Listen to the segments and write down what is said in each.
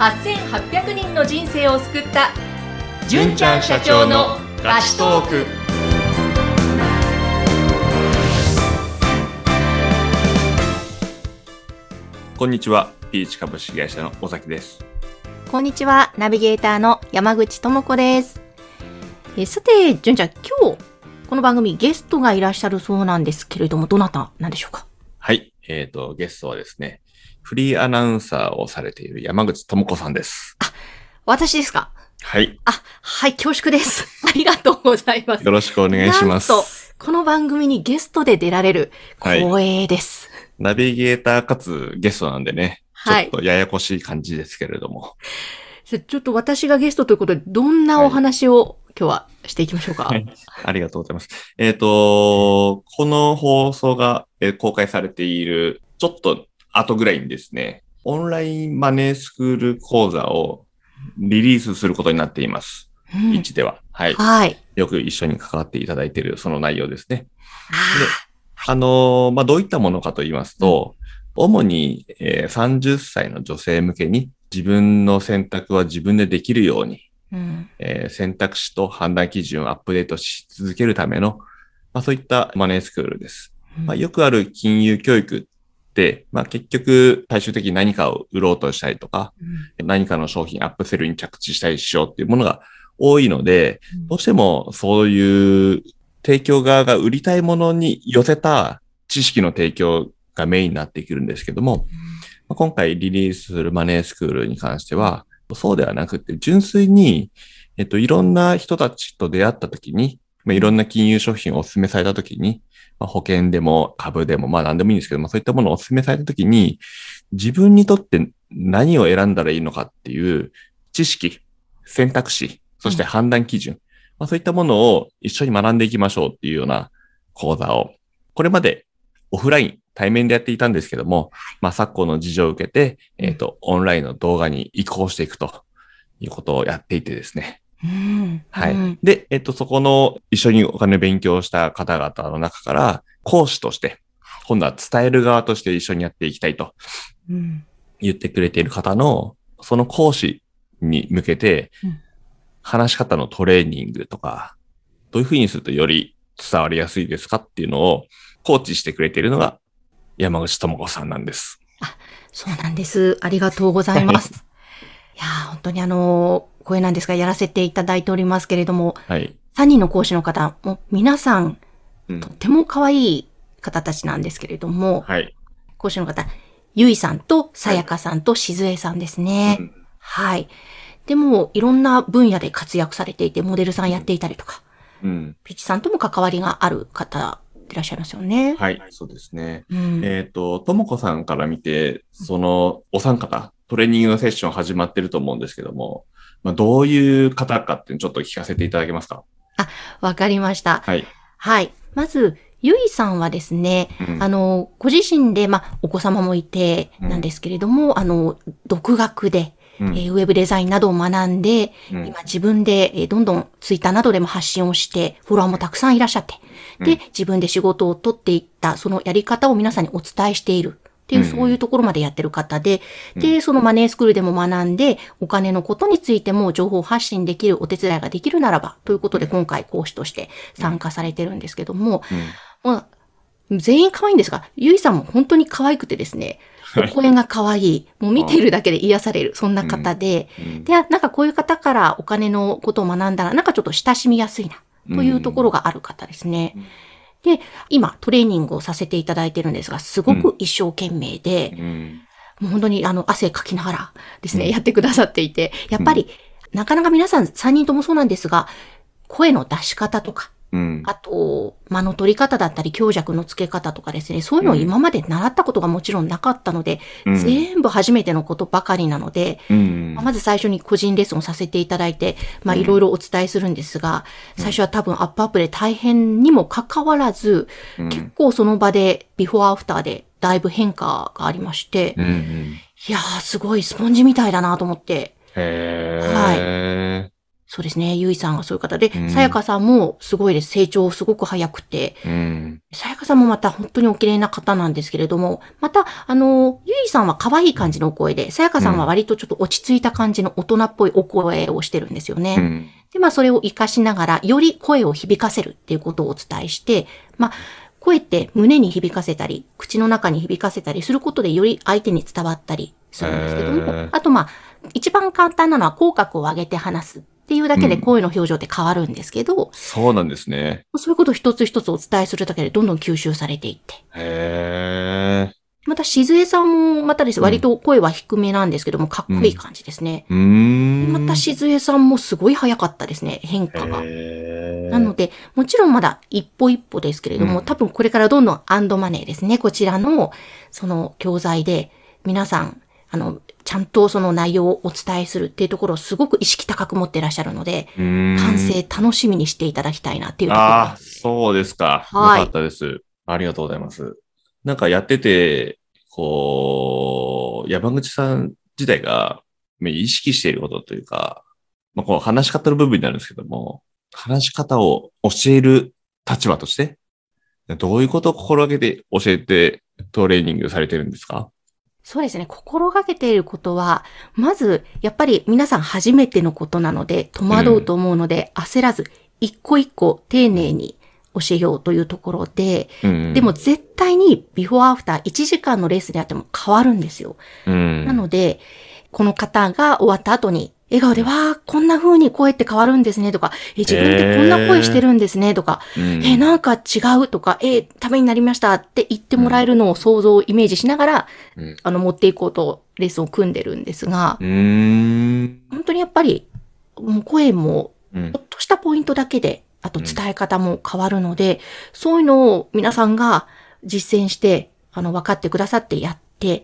8800人の人生を救った純ちゃん社長のガチトーク。 こんにちは、ピーチ株式会社の尾崎です。 こんにちは、ナビゲーターの山口智子です。さて、純ちゃん、今日この番組ゲストがいらっしゃるそうなんですけれども、どなたなんでしょうか？ はい、ゲストはですね、フリーアナウンサーをされている山口智子さんです。 あ、私ですか？ はい。 はい、恐縮です。ありがとうございます。 よろしくお願いします。 なんと、この番組にゲストで出られる光栄です。 はい、ナビゲーターかつゲストなんでね、 はい、 ちょっとややこしい感じですけれども。 ちょっと私がゲストということで、どんなお話を今日はしていきましょうか？ はい、ありがとうございます。この放送が公開されているちょっと後ぐらいにですね、オンラインマネースクール講座をリリースすることになっています。1では。はい。 はい。 よく一緒に関わっていただいているその内容ですね。で、どういったものかと言いますと、主に、30歳の女性向けに自分の選択は自分でできるように、選択肢と判断基準をアップデートし続けるための、そういったマネースクールです。よくある金融教育って、結局最終的に何かを売ろうとしたりとか、何かの商品アップセルに着地したりしようっていうものが多いので、どうしてもそういう提供側が売りたいものに寄せた知識の提供がメインになってくるんですけども、今回リリースするマネースクールに関しては、そうではなくて、純粋に、いろんな人たちと出会ったときに、いろんな金融商品をお勧めされたときに、保険でも株でも何でもいいんですけど、そういったものをお勧めされたときに、自分にとって何を選んだらいいのかっていう知識、選択肢、そして判断基準、そういったものを一緒に学んでいきましょうっていうような講座を、これまでオフライン、対面でやっていたんですけども、昨今の事情を受けて、オンラインの動画に移行していくということをやっていてですね。はい。で、そこの一緒にお金勉強した方々の中から、講師として、今度は伝える側として一緒にやっていきたいと言ってくれている方の、その講師に向けて、話し方のトレーニングとか、どういうふうにするとより伝わりやすいですかっていうのをコーチしてくれているのが山口智子さんなんです。 そうなんです。ありがとうございます。いや本当にこれなんですが、やらせていただいておりますけれども、3人の講師の方、もう皆さん、とっても可愛い方たちなんですけれども、講師の方、ゆいさんとさやかさんとしずえさんですね。はい。でも、いろんな分野で活躍されていて、モデルさんやっていたりとか、ピチさんとも関わりがある方、いらっしゃいますよね。 はい、そうですね。ともこさんから見て、そのお三方、トレーニングのセッション始まってると思うんですけども、どういう方かってちょっと聞かせていただけますか？ わかりました。 はい。 はい。まず、ゆいさんはですね、ご自身で、お子様もいて、なんですけれども、独学で、ウェブデザインなどを学んで、今自分で、どんどんツイッターなどでも発信をして、フォロワーもたくさんいらっしゃって、で、自分で仕事を取っていった、そのやり方を皆さんにお伝えしているっていう、そういうところまでやってる方で、で、そのマネースクールでも学んで、お金のことについても情報発信できる、お手伝いができるならば、ということで今回講師として参加されてるんですけども、全員可愛いんですが、ゆいさんも本当に可愛くてですね、お声が可愛い。もう見ているだけで癒される。そんな方で。で、なんかこういう方からお金のことを学んだら、なんかちょっと親しみやすいな。というところがある方ですね。で、今トレーニングをさせていただいてるんですが、すごく一生懸命で、もう本当に汗かきながらですね、やってくださっていて、やっぱり、なかなか皆さん3人ともそうなんですが、声の出し方とか、あと、間の取り方だったり、強弱の付け方とかですね、そういうのを今まで習ったことがもちろんなかったので、全部初めてのことばかりなので、まず最初に個人レッスンをさせていただいて、いろいろお伝えするんですが、最初は多分アップアップで大変にもかかわらず、結構その場で、ビフォーアフターでだいぶ変化がありまして、いやー、すごいスポンジみたいだなと思って。 はい。 そうですね。ゆいさんがそういう方で、 うんさやかさんもすごいです。成長すごく早くて。さやかさんもまた本当にお綺麗な方なんですけれども、また、ゆいさんは可愛い感じのお声で、さやかさんは割とちょっと落ち着いた感じの大人っぽいお声をしてるんですよね。で、まあそれを活かしながら、より声を響かせるっていうことをお伝えして、まあ、声って胸に響かせたり、口の中に響かせたりすることでより相手に伝わったりするんですけども、あとまあ、一番簡単なのは口角を上げて話すっていうだけで声の表情って変わるんですけど、 そうなんですね。 そういうことを一つ一つお伝えするだけでどんどん吸収されていって。また、しずえさんもまたです。割と声は低めなんですけども、かっこいい感じですね。また、しずえさんもすごい早かったですね、変化が。なので、もちろんまだ一歩一歩ですけれども、多分これからどんどんアンドマネーですね。こちらの、その教材で、皆さん、ちゃんとその内容をお伝えするっていうところをすごく意識高く持っていらっしゃるので、完成楽しみにしていただきたいなっていうところ。 ああ、そうですか。はい。よかったです。ありがとうございます。なんかやってて、こう、山口さん自体が意識していることというか、まあ、こう話し方の部分になるんですけども、話し方を教える立場として、どういうことを心がけて教えてトレーニングされてるんですか？ そうですね。心がけていることは、まず、やっぱり皆さん初めてのことなので、戸惑うと思うので、焦らず、一個一個丁寧に教えようというところで、でも絶対にビフォーアフター1時間のレッスンであっても変わるんですよ。なので、この方が終わった後に、笑顔で、わー、こんな風に声って変わるんですねとか、自分ってこんな声してるんですねとか、なんか違うとか、ためになりましたって言ってもらえるのを想像、イメージしながら、持っていこうとレッスンを組んでるんですが、本当にやっぱり、もう声も、ちょっとしたポイントだけで、あと伝え方も変わるので、そういうのを皆さんが実践して、分かってくださってやって、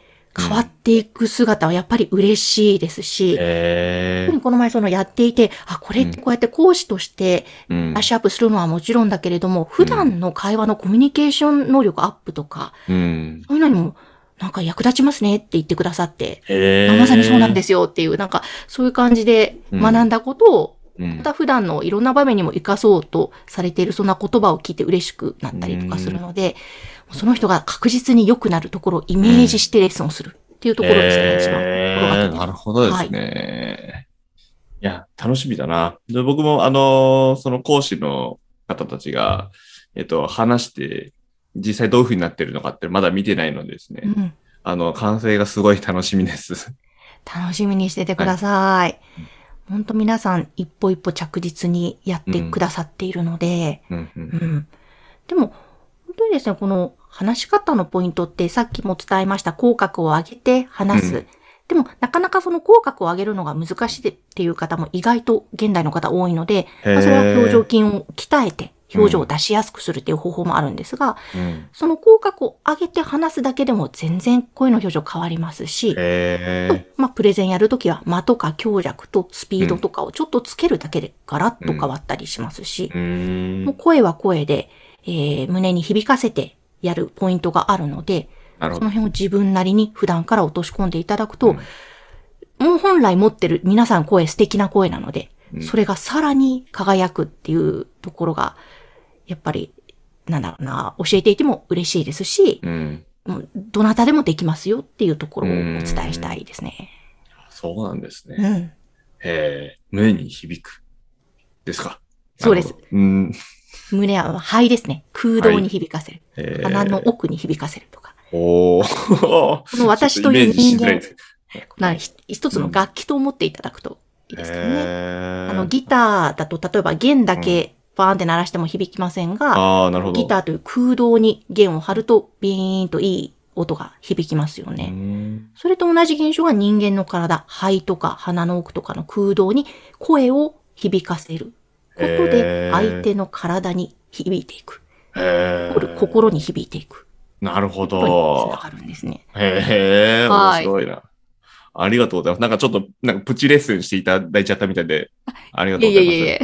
変わっていく姿はやっぱり嬉しいですし、この前そのやっていて、これってこうやって講師としてブラッシュアップするのはもちろんだけれども、普段の会話のコミュニケーション能力アップとか、そういうのにもなんか役立ちますねって言ってくださって、まさにそうなんですよっていう、なんかそういう感じで学んだことを、また普段のいろんな場面にも活かそうとされているそんな言葉を聞いて嬉しくなったりとかするので、その人が確実に良くなるところをイメージしてレッスンをするっていうところですね、一番心がけて。 なるほどですね。いや、楽しみだな。で僕もその講師の方たちが、話して、実際どういう風になってるのかってまだ見てないのでですね。完成がすごい楽しみです。 楽しみにしててください。本当皆さん一歩一歩着実にやってくださっているので、でも、本当にですね、この話し方のポイントってさっきも伝えました口角を上げて話す。でも、なかなかその口角を上げるのが難しいっていう方も意外と現代の方多いので、それは表情筋を鍛えて表情を出しやすくするっていう方法もあるんですが、その口角を上げて話すだけでも全然声の表情変わりますし、プレゼンやるときは間とか強弱とスピードとかをちょっとつけるだけでガラッと変わったりしますし、もう声は声で、胸に響かせてやるポイントがあるので、その辺を自分なりに普段から落とし込んでいただくと、もう本来持ってる皆さん声素敵な声なので、それがさらに輝くっていうところが、やっぱり、なんだろうな、教えていても嬉しいですし、もうどなたでもできますよっていうところをお伝えしたいですね。 そうなんですね。胸に響く。ですか。 そうです。胸は肺ですね。空洞に響かせる。鼻の奥に響かせるとか。この私という人間、一つの楽器と思っていただくといいですけどね。ギターだと、例えば弦だけバーンって鳴らしても響きませんが、ギターという空洞に弦を張るとビーンといい音が響きますよね。それと同じ現象が人間の体、肺とか鼻の奥とかの空洞に声を響かせることで相手の体に響いていく。心に響いていく。 なるほど。 つながるんですね。 面白いな。ありがとうございます。なんかちょっと、プチレッスンしていただいちゃったみたいで、ありがとうございます。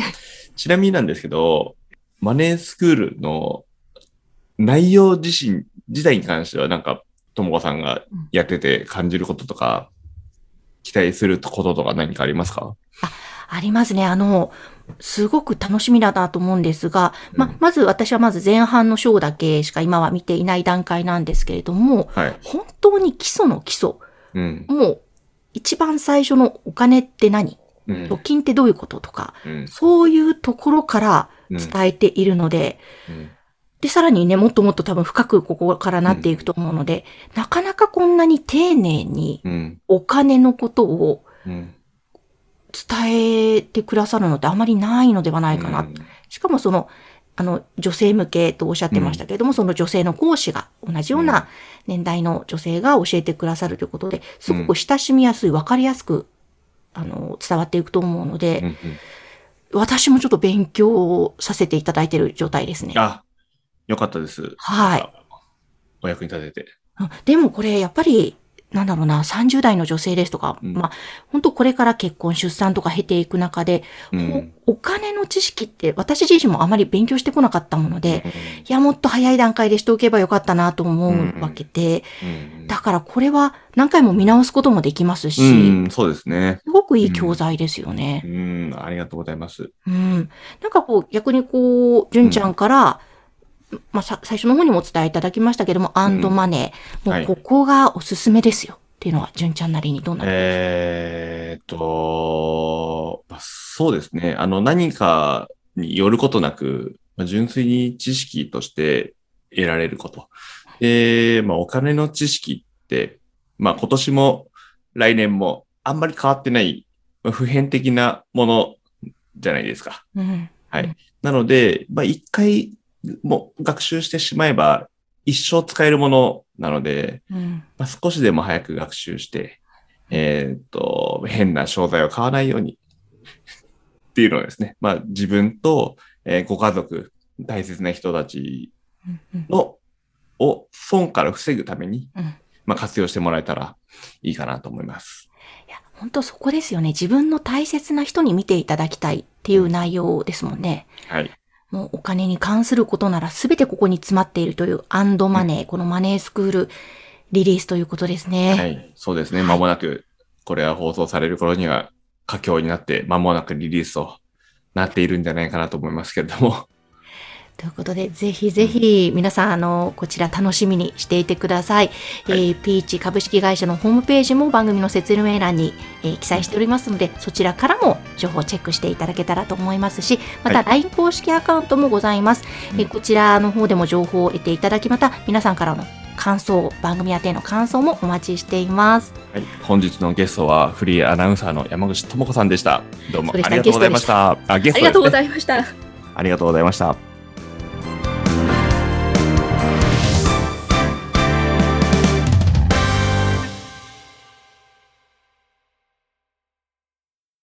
ちなみになんですけど、マネースクールの内容自体に関しては、なんか、ともこさんがやってて感じることとか、期待することとか何かありますか？ ありますね。すごく楽しみだなと思うんですが、まず私は前半の章だけしか今は見ていない段階なんですけれども、 はい。 本当に基礎の基礎、 うん。 もう一番最初のお金って何、 うん預金ってどういうこととか、 うんそういうところから伝えているので、 うんで、さらにね、もっともっと多分深くここからなっていくと思うので、なかなかこんなに丁寧にうんお金のことをうん伝えてくださるのってあまりないのではないかな。しかも女性向けとおっしゃってましたけれども、その女性の講師が同じような年代の女性が教えてくださるということで、すごく親しみやすい、わかりやすく、伝わっていくと思うので、 うんうん私もちょっと勉強させていただいている状態ですね。 あ、よかったです。 はい。 お役に立てて。 でもこれやっぱり、なんだろうな、30代の女性ですとか、本当これから結婚、出産とか経ていく中で、お金の知識って私自身もあまり勉強してこなかったもので、いや、もっと早い段階でしておけばよかったなと思うわけで、だからこれは何回も見直すこともできますし、 そうですね。 すごくいい教材ですよね。 ありがとうございます。 なんか逆に純ちゃんから、最初の方にもお伝えいただきましたけども、アンドマネー。もうここがおすすめですよ。っていうのは、純ちゃんなりにどんなそうですね。何かによることなく、純粋に知識として得られること。お金の知識って、今年も来年もあんまり変わってない普遍的なものじゃないですか。はい。なので、一回もう学習してしまえば一生使えるものなので、少しでも早く学習して、変な商材を買わないようにっていうのをですね、自分と、ご家族、大切な人たちを損から防ぐために、活用してもらえたらいいかなと思います。 いや、本当そこですよね。自分の大切な人に見ていただきたいっていう内容ですもんね。 はい。 もうお金に関することなら全てここに詰まっているというアンドマネー、このマネースクールリリースということですね。 はい。そうですね。間もなく、これは放送される頃には佳境になって間もなくリリースとなっているんじゃないかなと思いますけれども。 ということで、ぜひぜひ皆さん、こちら楽しみにしていてください。ピーチ株式会社のホームページも番組の説明欄に、記載しておりますので、そちらからも情報をチェックしていただけたらと思いますし、また LINE 公式アカウントもございます。こちらの方でも情報を得ていただき、また皆さんからの感想、番組宛ての感想もお待ちしています。 はい、本日のゲストはフリーアナウンサーの山口智子さんでした。どうもありがとうございました。 ありがとうございました。 ありがとうございました。